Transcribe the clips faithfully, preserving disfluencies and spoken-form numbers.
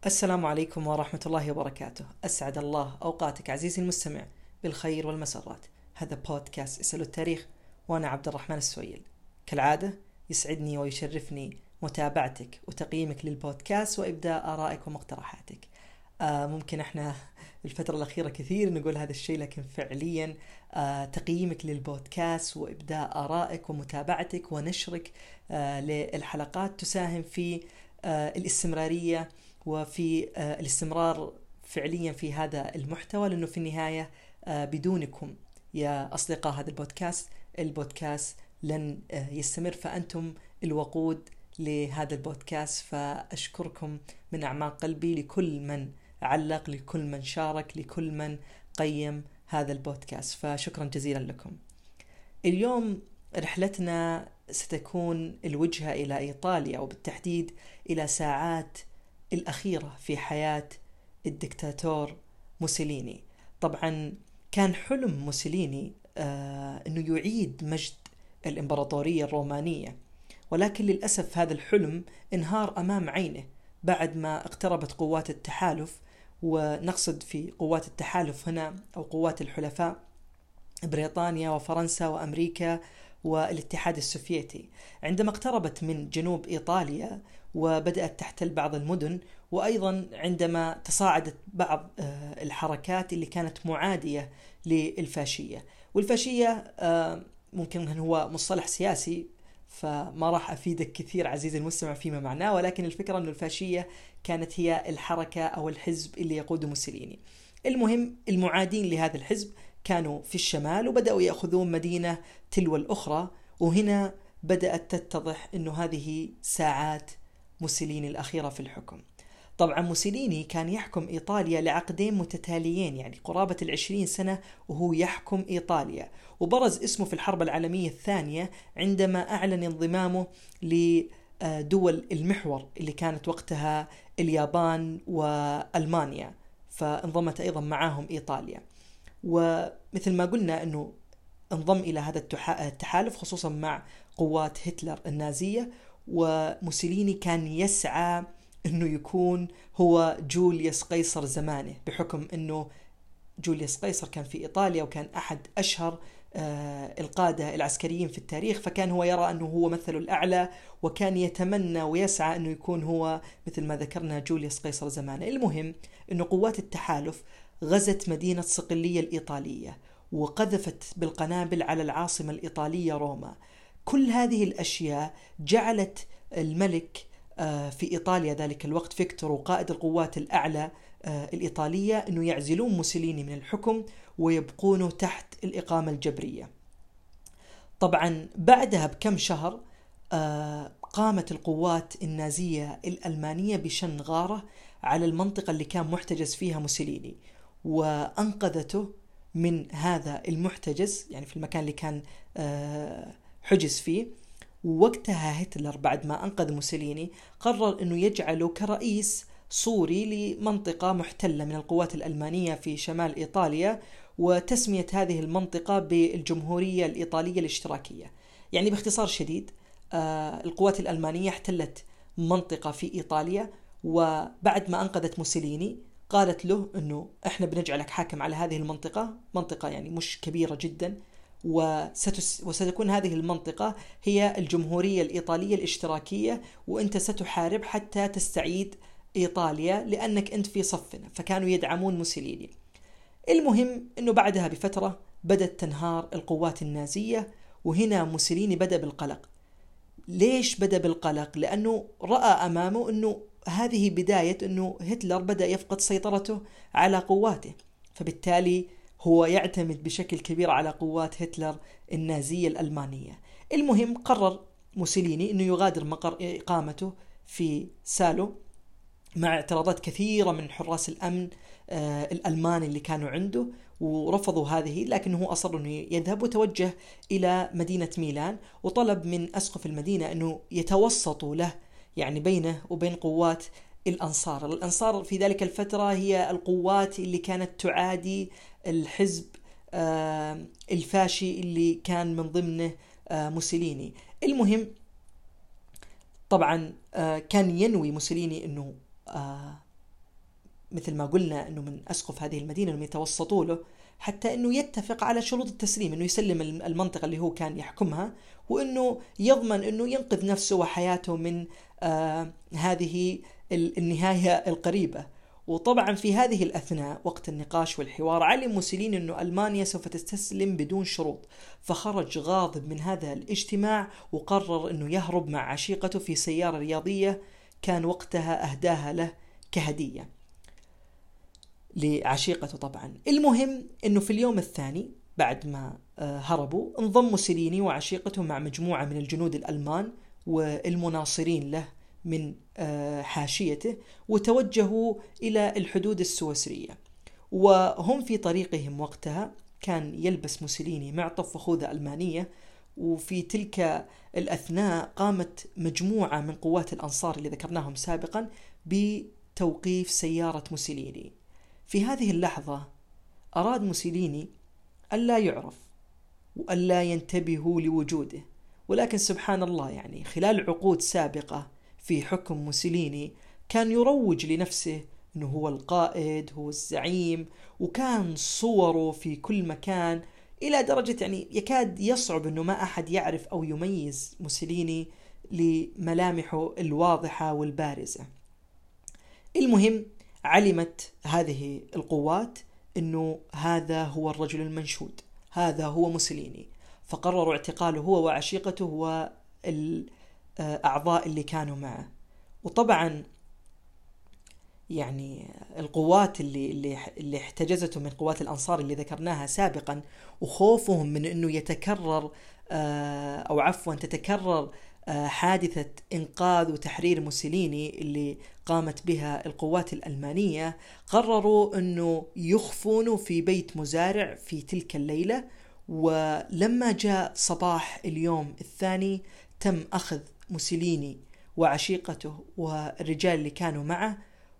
السلام عليكم ورحمة الله وبركاته. أسعد الله أوقاتك عزيزي المستمع بالخير والمسرات. هذا بودكاست اسألوا التاريخ، وأنا عبد الرحمن السويل. كالعادة يسعدني ويشرفني متابعتك وتقييمك للبودكاست وإبداء آرائك ومقترحاتك. آه ممكن احنا الفترة الأخيرة كثير نقول هذا الشيء، لكن فعليا آه تقييمك للبودكاست وإبداء آرائك ومتابعتك ونشرك آه للحلقات تساهم في آه الاستمرارية وفي آه الاستمرار فعليا في هذا المحتوى، لأنه في النهاية آه بدونكم يا أصدقاء هذا البودكاست البودكاست لن آه يستمر، فأنتم الوقود لهذا البودكاست. فأشكركم من أعماق قلبي لكل من علق، لكل من شارك، لكل من قيم هذا البودكاست، فشكرا جزيلا لكم. اليوم رحلتنا ستكون الوجهة إلى إيطاليا، وبالتحديد إلى ساعات الأخيرة في حياة الدكتاتور موسوليني. طبعا كان حلم موسوليني آه أنه يعيد مجد الإمبراطورية الرومانية، ولكن للأسف هذا الحلم انهار أمام عينه بعد ما اقتربت قوات التحالف، ونقصد في قوات التحالف هنا أو قوات الحلفاء بريطانيا وفرنسا وأمريكا والاتحاد السوفيتي، عندما اقتربت من جنوب إيطاليا وبدأت تحتل بعض المدن، وأيضا عندما تصاعدت بعض الحركات اللي كانت معادية للفاشية. والفاشية ممكن أن هو مصطلح سياسي، فما راح أفيدك كثير عزيزي المستمع فيما معناه، ولكن الفكرة أن الفاشية كانت هي الحركة أو الحزب اللي يقوده موسوليني. المهم المعادين لهذا الحزب كانوا في الشمال، وبدأوا يأخذون مدينة تلو الأخرى، وهنا بدأت تتضح أنه هذه ساعات موسوليني الأخيرة في الحكم. طبعا موسوليني كان يحكم إيطاليا لعقدين متتاليين، يعني قرابة العشرين سنة وهو يحكم إيطاليا، وبرز اسمه في الحرب العالمية الثانية عندما أعلن انضمامه لدول المحور اللي كانت وقتها اليابان وألمانيا، فانضمت أيضا معاهم إيطاليا. ومثل ما قلنا أنه انضم إلى هذا التحالف خصوصا مع قوات هتلر النازية، وموسوليني كان يسعى أنه يكون هو جوليوس قيصر زمانه، بحكم أنه جوليوس قيصر كان في إيطاليا وكان أحد أشهر القادة العسكريين في التاريخ، فكان هو يرى أنه هو مثله الأعلى، وكان يتمنى ويسعى أنه يكون هو مثل ما ذكرنا جوليوس قيصر زمانه. المهم أنه قوات التحالف غزت مدينة صقلية الإيطالية وقذفت بالقنابل على العاصمة الإيطالية روما. كل هذه الأشياء جعلت الملك في إيطاليا ذلك الوقت فيكتور وقائد القوات الأعلى الإيطالية أنه يعزلون موسوليني من الحكم ويبقونه تحت الإقامة الجبرية. طبعا بعدها بكم شهر قامت القوات النازية الألمانية بشن غارة على المنطقة اللي كان محتجز فيها موسوليني، وأنقذته من هذا المحتجز، يعني في المكان اللي كان حجز فيه. ووقتها هتلر بعد ما أنقذ موسوليني قرر أنه يجعله كرئيس صوري لمنطقة محتلة من القوات الألمانية في شمال إيطاليا، وتسمية هذه المنطقة بالجمهورية الإيطالية الاشتراكية. يعني باختصار شديد آه القوات الألمانية احتلت منطقة في إيطاليا، وبعد ما أنقذت موسوليني قالت له أنه إحنا بنجعلك حاكم على هذه المنطقة، منطقة يعني مش كبيرة جدا، وستس وستكون هذه المنطقة هي الجمهورية الإيطالية الاشتراكية، وأنت ستحارب حتى تستعيد إيطاليا لأنك أنت في صفنا. فكانوا يدعمون موسوليني. المهم أنه بعدها بفترة بدأت تنهار القوات النازية، وهنا موسوليني بدأ بالقلق. ليش بدأ بالقلق؟ لأنه رأى أمامه أنه هذه بداية أنه هتلر بدأ يفقد سيطرته على قواته، فبالتالي هو يعتمد بشكل كبير على قوات هتلر النازية الألمانية. المهم قرر موسوليني أنه يغادر مقر إقامته في سالو مع اعتراضات كثيرة من حراس الأمن آه الألمان اللي كانوا عنده، ورفضوا هذه، لكنه هو أصر أنه يذهب وتوجه إلى مدينة ميلان، وطلب من أسقف المدينة أنه يتوسطوا له، يعني بينه وبين قوات الأنصار. الأنصار في ذلك الفترة هي القوات اللي كانت تعادي الحزب آه الفاشي اللي كان من ضمنه آه موسوليني. المهم طبعا آه كان ينوي موسوليني أنه آه مثل ما قلنا أنه من أسقف هذه المدينة أنهم يتوسطوا له حتى أنه يتفق على شروط التسليم، أنه يسلم المنطقة اللي هو كان يحكمها، وأنه يضمن أنه ينقذ نفسه وحياته من آه هذه النهاية القريبة. وطبعا في هذه الأثناء وقت النقاش والحوار علم موسوليني أنه ألمانيا سوف تستسلم بدون شروط، فخرج غاضب من هذا الاجتماع وقرر أنه يهرب مع عشيقته في سيارة رياضية كان وقتها أهداها له كهدية لعشيقته طبعا. المهم أنه في اليوم الثاني بعد ما هربوا انضم موسوليني وعشيقته مع مجموعة من الجنود الألمان والمناصرين له من حاشيته، وتوجهوا إلى الحدود السويسرية. وهم في طريقهم وقتها كان يلبس موسوليني معطف وخوذة ألمانية، وفي تلك الأثناء قامت مجموعة من قوات الأنصار اللي ذكرناهم سابقا بتوقيف سيارة موسوليني. في هذه اللحظة أراد موسوليني ألا يعرف وألا ينتبهوا لوجوده، ولكن سبحان الله يعني خلال عقود سابقة في حكم موسوليني كان يروج لنفسه أنه هو القائد، هو الزعيم، وكان صوره في كل مكان إلى درجة يعني يكاد يصعب أنه ما أحد يعرف أو يميز موسوليني لملامحه الواضحة والبارزة. المهم علمت هذه القوات أنه هذا هو الرجل المنشود، هذا هو موسوليني، فقرروا اعتقاله هو وعشيقته والأعضاء اللي كانوا معه. وطبعا يعني القوات اللي اللي اللي احتجزته من قوات الأنصار اللي ذكرناها سابقا، وخوفهم من أنه يتكرر أو عفوا تتكرر حادثة إنقاذ وتحرير موسوليني اللي قامت بها القوات الألمانية، قرروا أنه يخفونه في بيت مزارع في تلك الليلة. ولما جاء صباح اليوم الثاني تم أخذ موسوليني وعشيقته والرجال اللي كانوا معه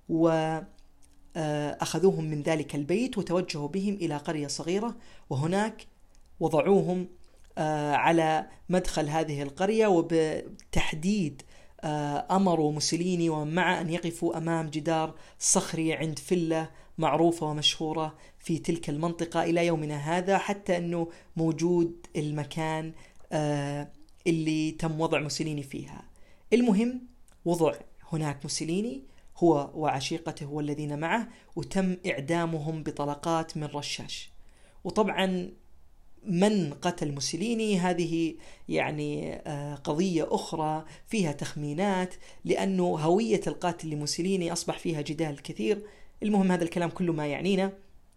وأخذوهم من ذلك البيت وتوجهوا بهم إلى قرية صغيرة، وهناك وضعوهم على مدخل هذه القرية، وبالتحديد أمروا موسوليني ومن معه أن يقفوا أمام جدار صخري عند فلة معروفة ومشهورة في تلك المنطقة إلى يومنا هذا، حتى أنه موجود المكان اللي تم وضع موسوليني فيها. المهم وضع هناك موسوليني هو وعشيقته والذين معه، وتم إعدامهم بطلقات من رشاش. وطبعا من قتل موسوليني هذه يعني قضية أخرى فيها تخمينات، لأنه هوية القاتل لموسوليني أصبح فيها جدال كثير. المهم هذا الكلام كله ما يعنينا.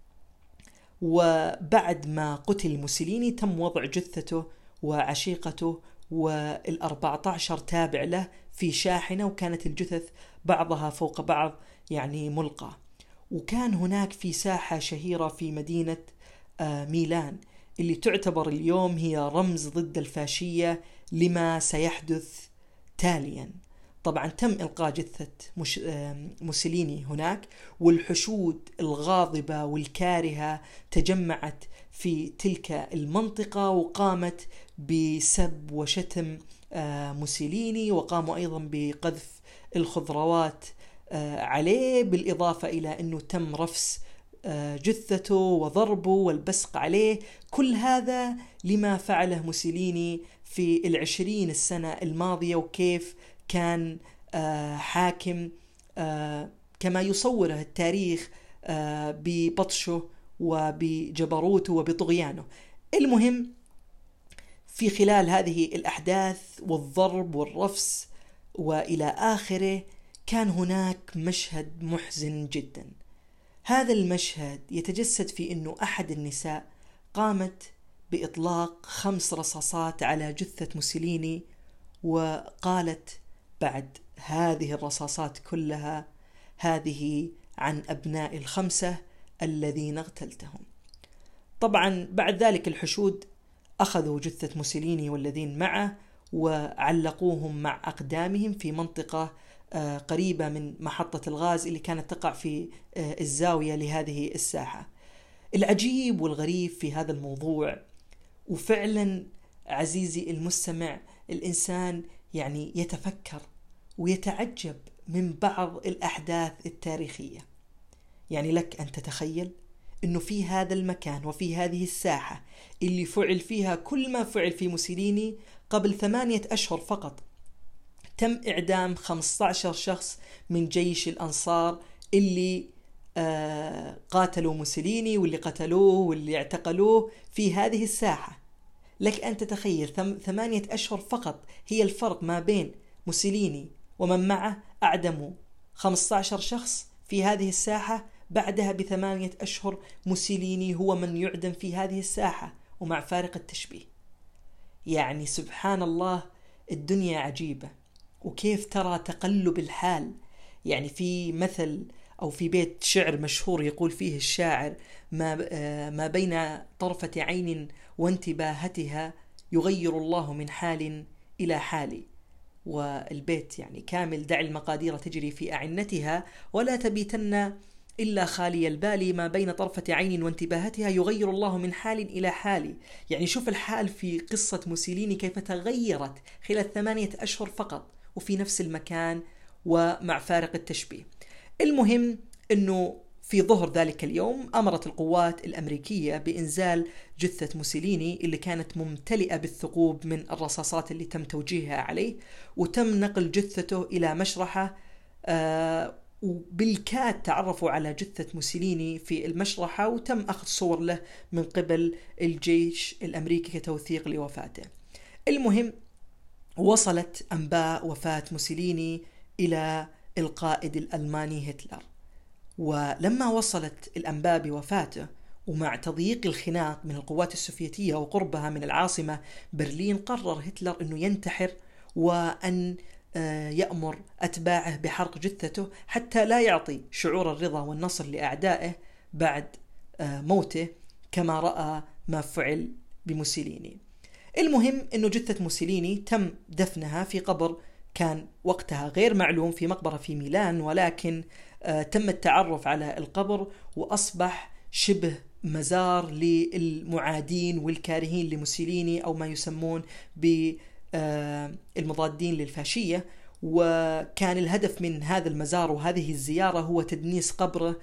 وبعد ما قتل موسوليني تم وضع جثته وعشيقته والأربعة عشر تابع له في شاحنة، وكانت الجثث بعضها فوق بعض يعني ملقى. وكان هناك في ساحة شهيرة في مدينة ميلان اللي تعتبر اليوم هي رمز ضد الفاشية لما سيحدث تاليا. طبعا تم إلقاء جثة مش... موسوليني هناك، والحشود الغاضبة والكارهة تجمعت في تلك المنطقة وقامت بسب وشتم موسوليني، وقاموا أيضا بقذف الخضروات عليه، بالإضافة إلى أنه تم رفس جثته وضربه والبصق عليه. كل هذا لما فعله موسوليني في العشرين السنة الماضية، وكيف كان حاكم كما يصوره التاريخ ببطشه وبجبروته وبطغيانه. المهم في خلال هذه الأحداث والضرب والرفس وإلى آخره كان هناك مشهد محزن جدا. هذا المشهد يتجسد في أنه أحد النساء قامت بإطلاق خمس رصاصات على جثة موسوليني، وقالت بعد هذه الرصاصات كلها: هذه عن أبناء الخمسة الذين اغتلتهم. طبعا بعد ذلك الحشود أخذوا جثة موسوليني والذين معه وعلقوهم مع أقدامهم في منطقة قريبة من محطة الغاز اللي كانت تقع في الزاوية لهذه الساحة. العجيب والغريب في هذا الموضوع، وفعلا عزيزي المستمع الإنسان يعني يتفكر ويتعجب من بعض الأحداث التاريخية. يعني لك أن تتخيل أنه في هذا المكان وفي هذه الساحة اللي فعل فيها كل ما فعل في موسوليني، قبل ثمانية أشهر فقط تم إعدام خمسة عشر شخص من جيش الأنصار اللي آه قاتلوا موسوليني واللي قتلوه واللي اعتقلوه في هذه الساحة. لك أن تتخيل ثمانية أشهر فقط هي الفرق ما بين موسوليني ومن معه، أعدموا خمسة عشر شخص في هذه الساحة، بعدها بثمانية أشهر موسوليني هو من يعدم في هذه الساحة، ومع فارق التشبيه. يعني سبحان الله، الدنيا عجيبة، وكيف ترى تقلب الحال. يعني في مثل أو في بيت شعر مشهور يقول فيه الشاعر: ما, ما بين طرفة عين وانتباهتها يغير الله من حال إلى حال. والبيت يعني كامل: دع المقادير تجري في أعنتها ولا تبيتن إلا خالي البال، ما بين طرفة عين وانتباهتها يغير الله من حال إلى حال. يعني شوف الحال في قصة موسوليني كيف تغيرت خلال ثمانية أشهر فقط، وفي نفس المكان ومع فارق التشبيه. المهم أنه في ظهر ذلك اليوم أمرت القوات الأمريكية بإنزال جثة موسوليني اللي كانت ممتلئة بالثقوب من الرصاصات اللي تم توجيهها عليه، وتم نقل جثته إلى مشرحة. آه وبالكاد تعرفوا على جثة موسوليني في المشرحة، وتم أخذ صور له من قبل الجيش الأمريكي كتوثيق لوفاته. المهم، وصلت أنباء وفاة موسوليني إلى القائد الألماني هتلر، ولما وصلت الأنباء بوفاته ومع تضييق الخناق من القوات السوفيتية وقربها من العاصمة برلين، قرر هتلر أنه ينتحر وأن يأمر أتباعه بحرق جثته حتى لا يعطي شعور الرضا والنصر لأعدائه بعد موته، كما رأى ما فعل بموسوليني. المهم أنه جثة موسوليني تم دفنها في قبر كان وقتها غير معلوم في مقبرة في ميلان، ولكن تم التعرف على القبر وأصبح شبه مزار للمعادين والكارهين لموسوليني، أو ما يسمون بالمضادين للفاشية. وكان الهدف من هذا المزار وهذه الزيارة هو تدنيس قبره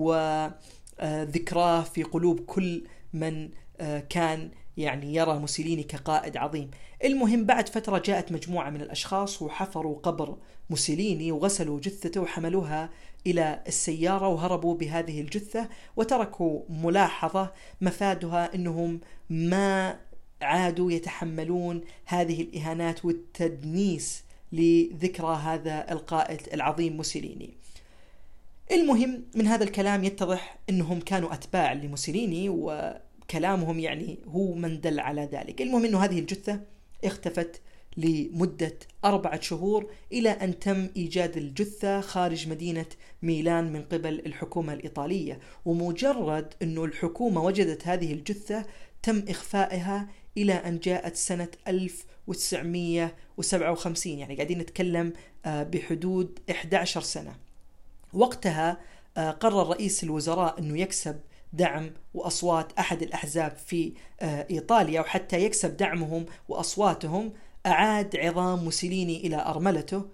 وذكراه في قلوب كل من كان يعني يرى موسوليني كقائد عظيم. المهم، بعد فترة جاءت مجموعة من الأشخاص وحفروا قبر موسوليني وغسلوا جثته وحملوها إلى السيارة وهربوا بهذه الجثة، وتركوا ملاحظة مفادها أنهم ما عادوا يتحملون هذه الإهانات والتدنيس لذكرى هذا القائد العظيم موسوليني. المهم، من هذا الكلام يتضح أنهم كانوا أتباع لموسوليني، وكلامهم يعني هو من دل على ذلك. المهم أنه هذه الجثة اختفت لمدة أربعة شهور إلى أن تم إيجاد الجثة خارج مدينة ميلان من قبل الحكومة الإيطالية. ومجرد أنه الحكومة وجدت هذه الجثة تم إخفائها إلى أن جاءت سنة ألف وتسعمائة وسبعة وخمسين، يعني قاعدين نتكلم بحدود إحدى عشرة سنة. وقتها قرر رئيس الوزراء أنه يكسب دعم وأصوات أحد الأحزاب في إيطاليا، وحتى يكسب دعمهم وأصواتهم أعاد عظام موسوليني إلى أرملته.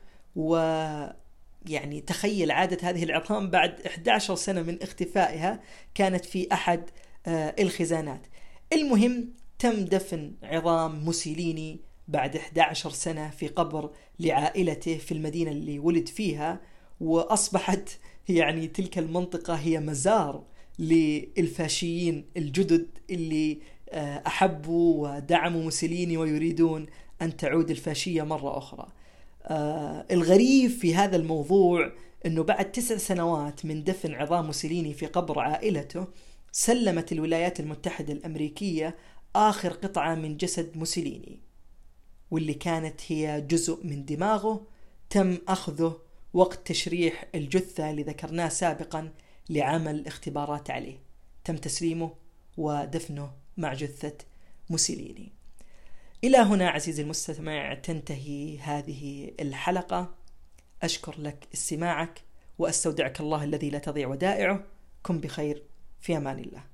ويعني تخيل، عادة هذه العظام بعد إحدى عشرة سنة من اختفائها، كانت في أحد الخزانات. المهم، تم دفن عظام موسوليني بعد إحدى عشرة سنة في قبر لعائلته في المدينة اللي ولد فيها، وأصبحت يعني تلك المنطقة هي مزار للفاشيين الجدد اللي أحبوا ودعموا موسوليني ويريدون أن تعود الفاشية مرة أخرى. آه الغريب في هذا الموضوع أنه بعد تسع سنوات من دفن عظام موسوليني في قبر عائلته، سلمت الولايات المتحدة الأمريكية آخر قطعة من جسد موسوليني، واللي كانت هي جزء من دماغه، تم أخذه وقت تشريح الجثة اللي ذكرناه سابقا لعمل اختبارات عليه. تم تسليمه ودفنه مع جثة موسوليني. إلى هنا عزيزي المستمع تنتهي هذه الحلقة. أشكر لك استماعك، وأستودعك الله الذي لا تضيع ودائعه. كن بخير، في أمان الله.